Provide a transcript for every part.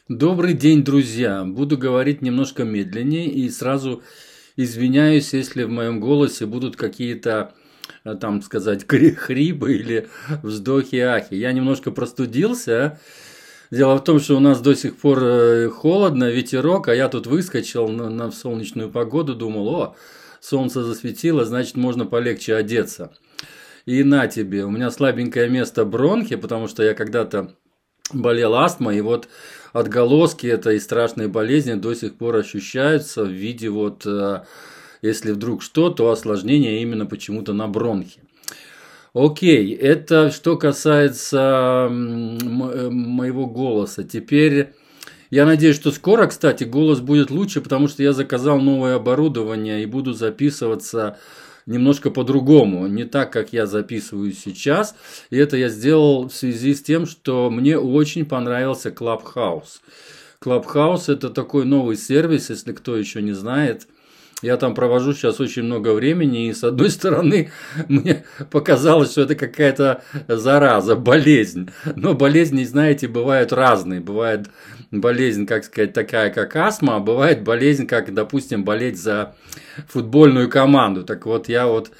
Добрый день, друзья! Буду говорить немножко медленнее и сразу извиняюсь, если в моем голосе будут какие-то, там сказать, хрипы или вздохи-ахи. Я немножко простудился. Дело в том, что у нас до сих пор холодно, ветерок, а я тут выскочил в солнечную погоду, думал, солнце засветило, значит, можно полегче одеться. И на тебе, у меня слабенькое место бронхи, потому что я когда-то болел астмой, и вот отголоски этой страшной болезни до сих пор ощущаются в виде если вдруг что, то осложнения именно почему-то на бронхе. Окей, это что касается моего голоса. Теперь я надеюсь, что скоро, кстати, голос будет лучше, потому что я заказал новое оборудование и буду записываться немножко по-другому, не так, как я записываю сейчас. И это я сделал в связи с тем, что мне очень понравился Clubhouse. Clubhouse – это такой новый сервис, если кто еще не знает. Я там провожу сейчас очень много времени, и с одной стороны мне показалось, что это какая-то зараза, болезнь. Но болезни, знаете, бывают разные. Бывает болезнь, как сказать, такая, как астма, а бывает болезнь, как, допустим, болеть за футбольную команду. Так вот,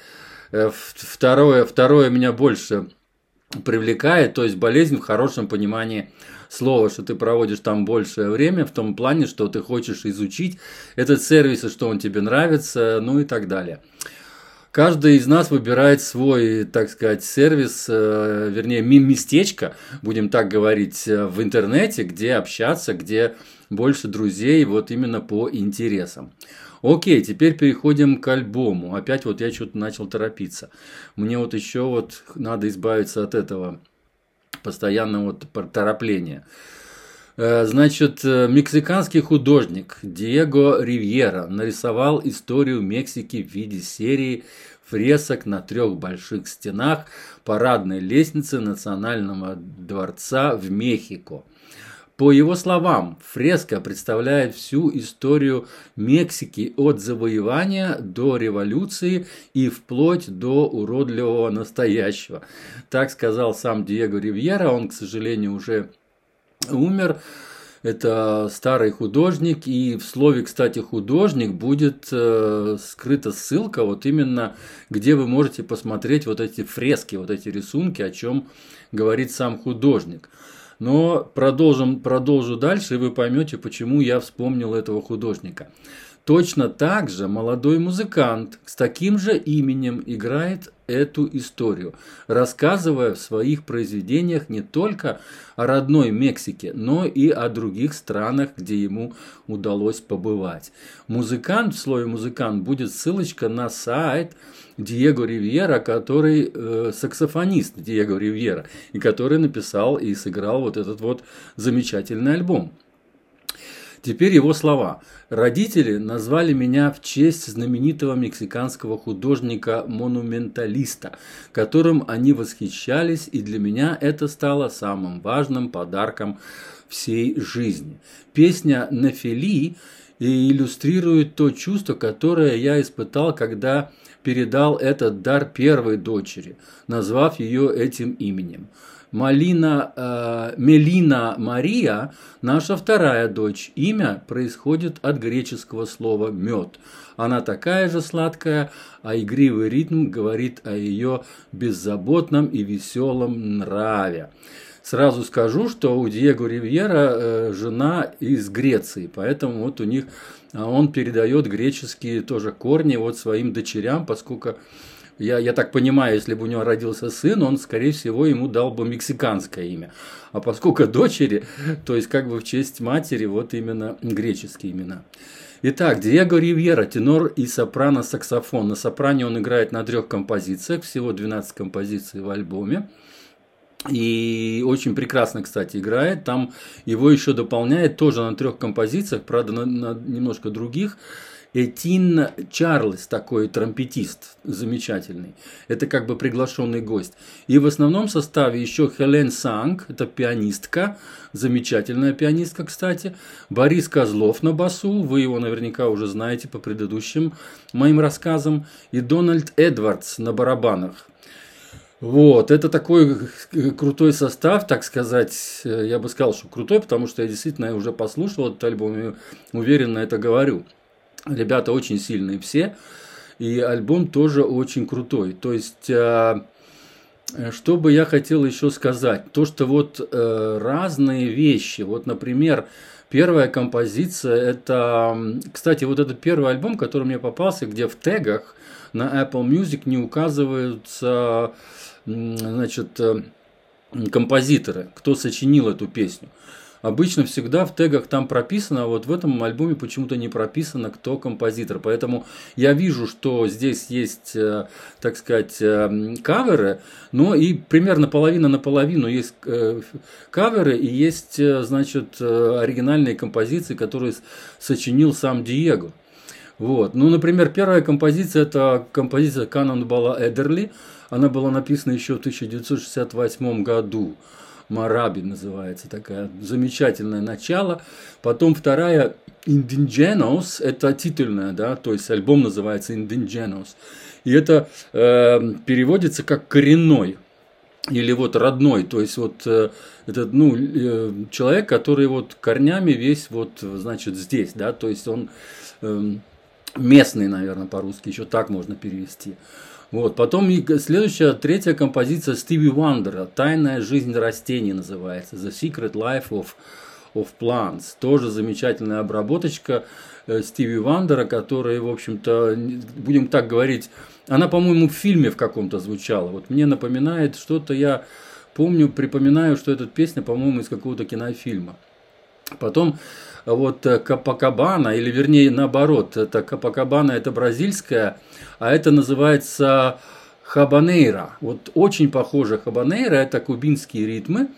второе меня больше привлекает, то есть болезнь в хорошем понимании слова, что ты проводишь там большее время, в том плане, что ты хочешь изучить этот сервис, и что он тебе нравится, ну и так далее. Каждый из нас выбирает свой, так сказать, сервис, вернее, местечко, будем так говорить, в интернете, где общаться, где больше друзей, вот именно по интересам. Окей, теперь переходим к альбому. Опять вот я что-то начал торопиться. Мне вот еще вот надо избавиться от этого постоянного торопления. Значит, мексиканский художник Диего Ривьера нарисовал историю Мексики в виде серии фресок на 3 больших стенах парадной лестницы Национального дворца в Мехико. По его словам, фреска представляет всю историю Мексики от завоевания до революции и вплоть до уродливого настоящего. Так сказал сам Диего Ривьера, он, к сожалению, уже умер. Это старый художник, и в слове, кстати, художник будет скрыта ссылка, вот именно где вы можете посмотреть вот эти фрески, вот эти рисунки, о чем говорит сам художник. Но продолжу дальше, и вы поймете, почему я вспомнил этого художника. Точно так же молодой музыкант с таким же именем играет эту историю, рассказывая в своих произведениях не только о родной Мексике, но и о других странах, где ему удалось побывать. Музыкант, в слове «музыкант» будет ссылочка на сайт Диего Ривьера, который саксофонист Диего Ривьера, и который написал и сыграл вот этот вот замечательный альбом. Теперь его слова. «Родители назвали меня в честь знаменитого мексиканского художника-монументалиста, которым они восхищались, и для меня это стало самым важным подарком всей жизни. Песня «Нефели» иллюстрирует то чувство, которое я испытал, когда передал этот дар первой дочери, назвав ее этим именем. Мелина Мария – наша вторая дочь. Имя происходит от греческого слова «мед». Она такая же сладкая, а игривый ритм говорит о ее беззаботном и веселом нраве. Сразу скажу, что у Диего Ривьера жена из Греции, поэтому вот у них он передает греческие тоже корни вот своим дочерям, поскольку я так понимаю, если бы у него родился сын, он, скорее всего, ему дал бы мексиканское имя. А поскольку дочери, то есть как бы в честь матери, вот именно греческие имена. Итак, Диего Ривьера, тенор и сопрано-саксофон. На сопране он играет на 3 композициях, всего 12 композиций в альбоме. И очень прекрасно, кстати, играет. Там его еще дополняет тоже на 3 композициях, правда, на немножко других. Этин Чарльз, такой тромпетист замечательный. Это как бы приглашенный гость. И в основном составе еще Хелен Санг, это пианистка, замечательная пианистка, кстати. Борис Козлов на басу, вы его наверняка уже знаете по предыдущим моим рассказам. И Дональд Эдвардс на барабанах. Вот, это такой крутой состав, так сказать. Я бы сказал, что крутой, потому что я действительно уже послушал этот альбом и уверенно это говорю. Ребята очень сильные все, и альбом тоже очень крутой. То есть, что бы я хотел еще сказать? То, что вот разные вещи. Вот, например, первая композиция, это, кстати, вот этот первый альбом, который мне попался, где в тегах на Apple Music не указываются, значит, композиторы, кто сочинил эту песню. Обычно всегда в тегах там прописано, а вот в этом альбоме почему-то не прописано, кто композитор. Поэтому я вижу, что здесь есть, так сказать, каверы, но и примерно половина на половину есть каверы и есть, значит, оригинальные композиции, которые сочинил сам Диего. Вот. Ну, например, первая композиция – это композиция Каннонбалла Эддерли. Она была написана еще в 1968 году. Мараби называется, такая замечательное начало. Потом вторая Indigenos, это титульная, да, то есть альбом называется Indigenos. И это переводится как коренной или вот родной, то есть вот этот, ну, человек, который вот корнями весь вот, значит, здесь, да, то есть он местный, наверное, по-русски, еще так можно перевести. Вот. Потом следующая, третья композиция Стиви Уандера, «Тайная жизнь растений» называется, «The Secret Life of Plants». Тоже замечательная обработочка Стиви Уандера, которая, в общем-то, будем так говорить, она, по-моему, в фильме в каком-то звучала. Вот мне напоминает что-то, я помню, припоминаю, что эта песня, по-моему, из какого-то кинофильма. Потом вот Копакабана, или вернее наоборот, это Копакабана, это бразильская, а это называется хабанейра. Вот очень похоже хабанейра, это кубинские ритмы.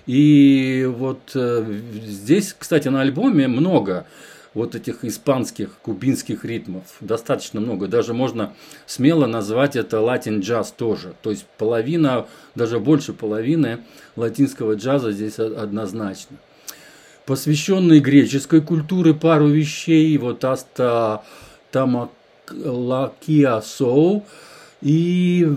И вот здесь, кстати, на альбоме много вот этих испанских, кубинских ритмов. Достаточно много. Даже можно смело назвать это латин джаз тоже. То есть половина, даже больше половины латинского джаза здесь однозначно. Посвященные греческой культуре пару вещей. Вот Аста Тамаклакия Соу и...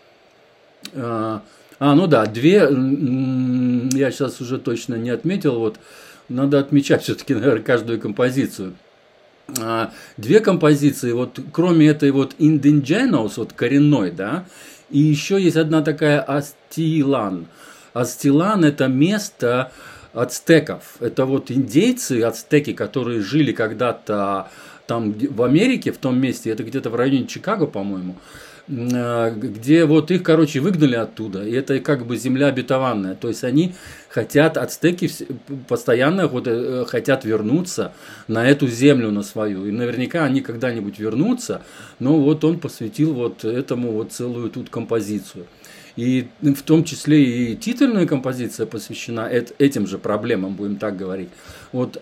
ну да, две, я сейчас уже точно не отметил, вот надо отмечать все-таки, наверное, каждую композицию. Две композиции, вот кроме этой вот Indigenos, вот коренной, да, и еще есть одна такая Астилан. Астилан – это место ацтеков. Это вот индейцы, ацтеки, которые жили когда-то там в Америке, в том месте, это где-то в районе Чикаго, по-моему, где вот их, короче, выгнали оттуда, и это как бы земля обетованная, то есть они хотят, ацтеки постоянно вот хотят вернуться на эту землю, на свою, и наверняка они когда-нибудь вернутся, но вот он посвятил вот этому вот целую тут композицию. И в том числе и титульная композиция посвящена этим же проблемам, будем так говорить. Вот,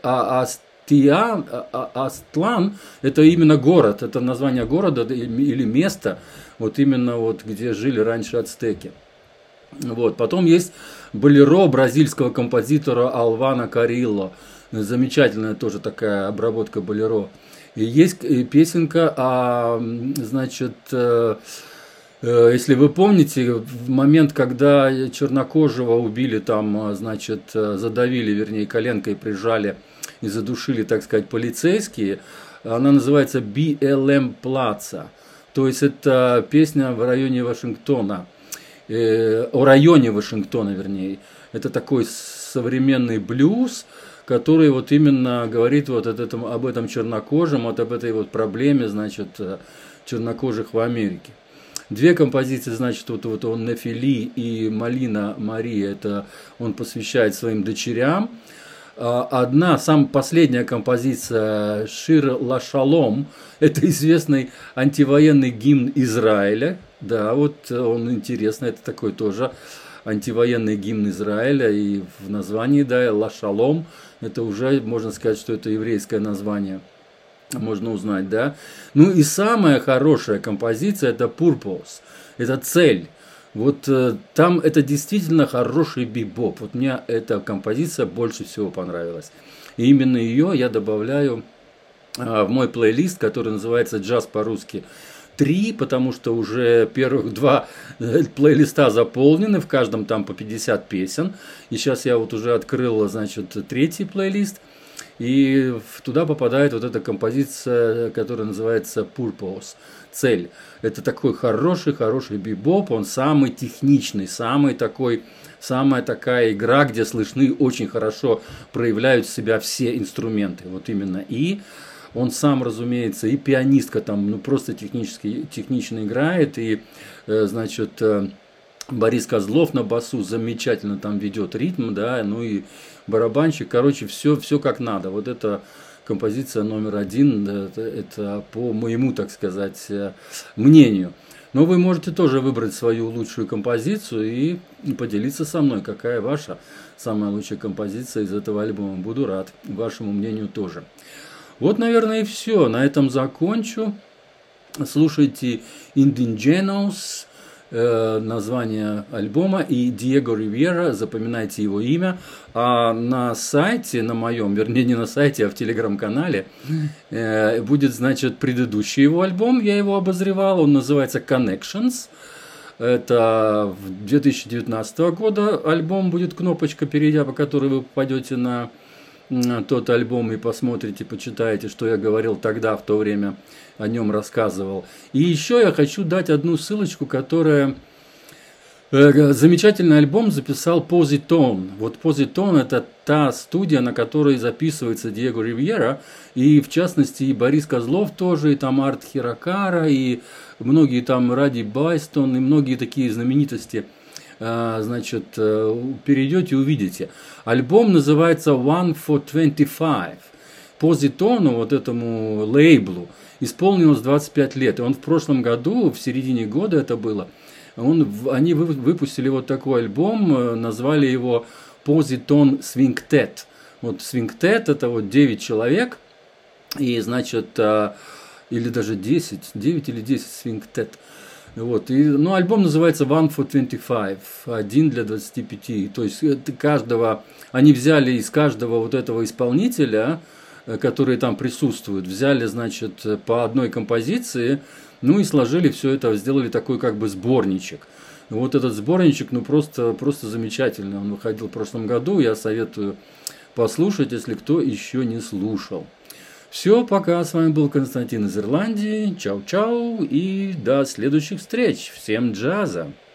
Астлан – это именно город, это название города или места, вот именно вот где жили раньше ацтеки. Вот. Потом есть болеро бразильского композитора Алвана Карилло, замечательная тоже такая обработка болеро. И есть песенка, значит, если вы помните, в момент, когда чернокожего убили, там, значит, задавили, вернее, коленкой прижали и задушили, так сказать, полицейские, она называется BLM Plaza. То есть это песня в районе Вашингтона, о районе Вашингтона, вернее. Это такой современный блюз, который вот именно говорит вот об этом чернокожем, вот об этой вот проблеме, значит, чернокожих в Америке. Две композиции, значит, вот он Нефили и Малина Мария, это он посвящает своим дочерям. Одна, самая последняя композиция Шир ла Шалом, это известный антивоенный гимн Израиля. Да, вот он интересный, это такой тоже антивоенный гимн Израиля. И в названии, да, ла Шалом, это уже можно сказать, что это еврейское название. Можно узнать, да. Ну и самая хорошая композиция это Purpose, это цель. Вот там это действительно хороший бибоп. Вот мне эта композиция больше всего понравилась. И именно ее я добавляю в мой плейлист, который называется «Джаз по-русски 3, потому что уже первых 2 плейлиста заполнены, в каждом там по 50 песен. И сейчас я вот уже открыл, значит, 3-й плейлист. И туда попадает вот эта композиция, которая называется Purpose, цель. Это такой хороший бибоп, он самый техничный, самая такая игра, где слышны очень хорошо проявляют себя все инструменты. Вот именно. И он сам, разумеется, и пианистка там, ну просто технично играет, и, значит, Борис Козлов на басу замечательно там ведет ритм, да, ну и барабанщик, короче, все как надо. Вот эта композиция номер 1, это по моему, так сказать, мнению. Но вы можете тоже выбрать свою лучшую композицию и поделиться со мной, какая ваша самая лучшая композиция из этого альбома. Буду рад вашему мнению тоже. Вот, наверное, и все. На этом закончу. Слушайте Indigenos, название альбома, и Диего Ривьера, запоминайте его имя. А на сайте, на моем, вернее не на сайте, а в телеграм-канале будет, значит, предыдущий его альбом, я его обозревал, он называется Connections. Это 2019 года альбом, будет кнопочка, перейдя по которой вы попадете на тот альбом и посмотрите, почитаете, что я говорил тогда, в то время о нем рассказывал. И еще я хочу дать одну ссылочку, которая... Замечательный альбом записал Positone. Вот Positone — это та студия, на которой записывается Диего Ривьера, и в частности и Борис Козлов тоже, и там Арт Хирокара, и многие там Ради Байстон, и многие такие знаменитости. Значит, перейдете и увидите. Альбом называется One for 25. Positone, вот этому лейблу, исполнилось 25 лет. И он в прошлом году, в середине года это было, они выпустили вот такой альбом, назвали его Positone Swingtet. Вот Swingtet — это вот 9 человек, и, значит, или даже 10, 9 или 10 Swingtet. Вот, и, ну, альбом называется One for 25, 1 для 25. То есть они взяли из каждого вот этого исполнителя, которые там присутствуют, взяли, значит, по одной композиции, ну и сложили все это, сделали такой как бы сборничек. Вот этот сборничек, ну просто замечательный. Он выходил в прошлом году, я советую послушать, если кто еще не слушал. Все, пока. С вами был Константин из Ирландии. Чау-чау и до следующих встреч. Всем джаза!